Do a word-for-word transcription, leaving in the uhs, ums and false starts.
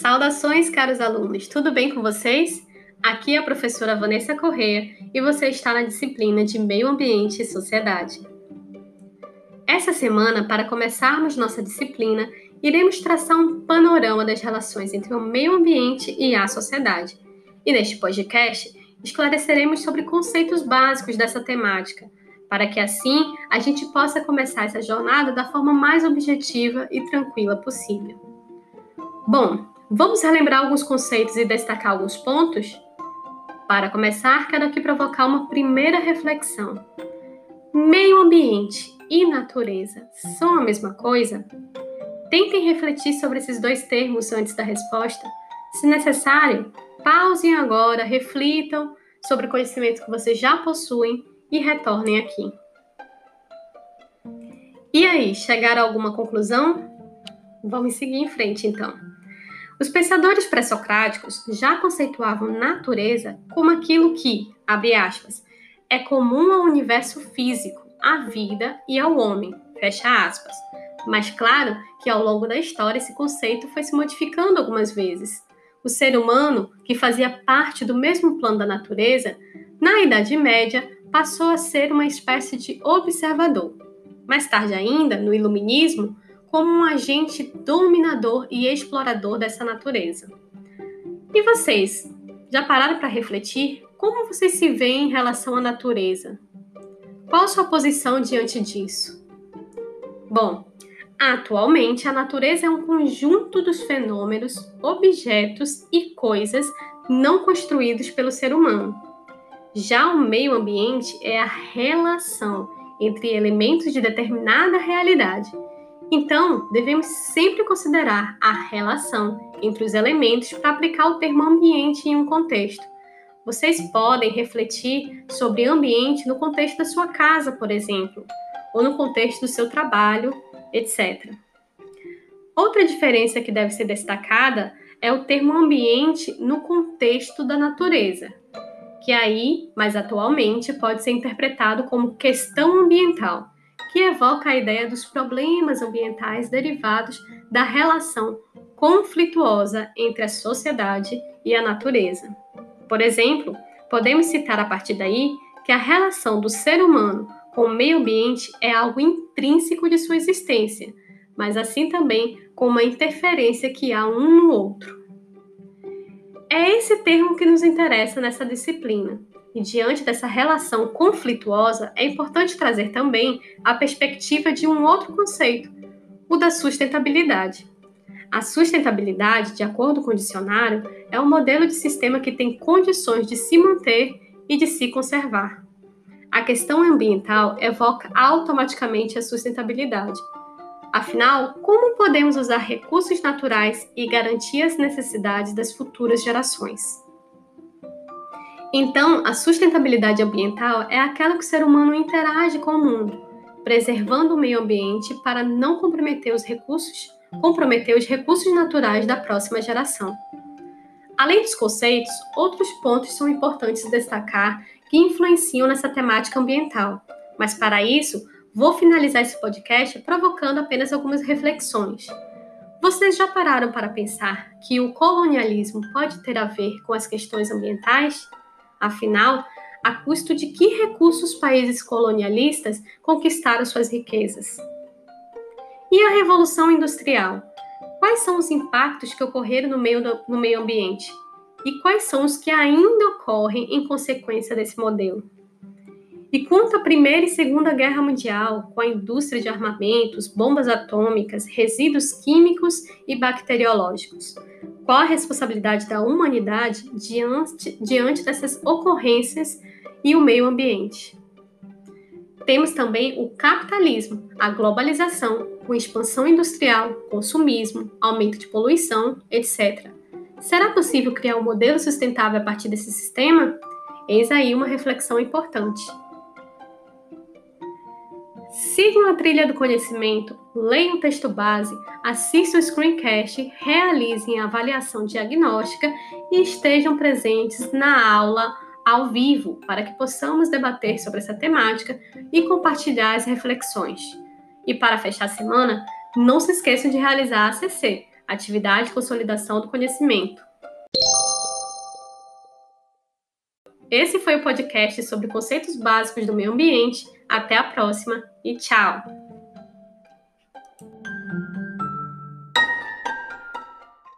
Saudações, caros alunos! Tudo bem com vocês? Aqui é a professora Vanessa Corrêa e você está na disciplina de Meio Ambiente e Sociedade. Essa semana, para começarmos nossa disciplina, iremos traçar um panorama das relações entre o meio ambiente e a sociedade. E neste podcast, esclareceremos sobre conceitos básicos dessa temática, para que assim a gente possa começar essa jornada da forma mais objetiva e tranquila possível. Bom, vamos relembrar alguns conceitos e destacar alguns pontos? Para começar, quero aqui provocar uma primeira reflexão. Meio ambiente e natureza são a mesma coisa? Tentem refletir sobre esses dois termos antes da resposta. Se necessário, pausem agora, reflitam sobre o conhecimento que vocês já possuem e retornem aqui. E aí, chegaram a alguma conclusão? Vamos seguir em frente, então. Os pensadores pré-socráticos já conceituavam natureza como aquilo que, abre aspas, é comum ao universo físico, à vida e ao homem, fecha aspas. Mas claro que ao longo da história esse conceito foi se modificando algumas vezes. O ser humano, que fazia parte do mesmo plano da natureza, na Idade Média passou a ser uma espécie de observador. Mais tarde ainda, no Iluminismo, como um agente dominador e explorador dessa natureza. E vocês, já pararam para refletir como vocês se veem em relação à natureza? Qual a sua posição diante disso? Bom, atualmente a natureza é um conjunto dos fenômenos, objetos e coisas não construídos pelo ser humano. Já o meio ambiente é a relação entre elementos de determinada realidade. Então, devemos sempre considerar a relação entre os elementos para aplicar o termo ambiente em um contexto. Vocês podem refletir sobre ambiente no contexto da sua casa, por exemplo, ou no contexto do seu trabalho, etcétera. Outra diferença que deve ser destacada é o termo ambiente no contexto da natureza, que aí, mais atualmente, pode ser interpretado como questão ambiental, que evoca a ideia dos problemas ambientais derivados da relação conflituosa entre a sociedade e a natureza. Por exemplo, podemos citar a partir daí que a relação do ser humano com o meio ambiente é algo intrínseco de sua existência, mas assim também com uma interferência que há um no outro. É esse termo que nos interessa nessa disciplina. E diante dessa relação conflituosa, é importante trazer também a perspectiva de um outro conceito, o da sustentabilidade. A sustentabilidade, de acordo com o dicionário, é um modelo de sistema que tem condições de se manter e de se conservar. A questão ambiental evoca automaticamente a sustentabilidade. Afinal, como podemos usar recursos naturais e garantir as necessidades das futuras gerações? Então, a sustentabilidade ambiental é aquela que o ser humano interage com o mundo, preservando o meio ambiente para não comprometer os recursos, comprometer os recursos naturais da próxima geração. Além dos conceitos, outros pontos são importantes destacar que influenciam nessa temática ambiental. Mas para isso, vou finalizar esse podcast provocando apenas algumas reflexões. Vocês já pararam para pensar que o colonialismo pode ter a ver com as questões ambientais? Afinal, a custo de que recursos países colonialistas conquistaram suas riquezas? E a Revolução Industrial? Quais são os impactos que ocorreram no meio, do, no meio ambiente? E quais são os que ainda ocorrem em consequência desse modelo? E quanto à Primeira e Segunda Guerra Mundial, com a indústria de armamentos, bombas atômicas, resíduos químicos e bacteriológicos? Qual a responsabilidade da humanidade diante, diante dessas ocorrências e o meio ambiente? Temos também o capitalismo, a globalização, com expansão industrial, consumismo, aumento de poluição, etcétera. Será possível criar um modelo sustentável a partir desse sistema? Eis aí uma reflexão importante. Sigam a trilha do conhecimento, leiam o texto base, assistam o screencast, realizem a avaliação diagnóstica e estejam presentes na aula ao vivo para que possamos debater sobre essa temática e compartilhar as reflexões. E para fechar a semana, não se esqueçam de realizar a A C C, atividade de consolidação do conhecimento. Esse foi o podcast sobre conceitos básicos do meio ambiente. Até a próxima e tchau!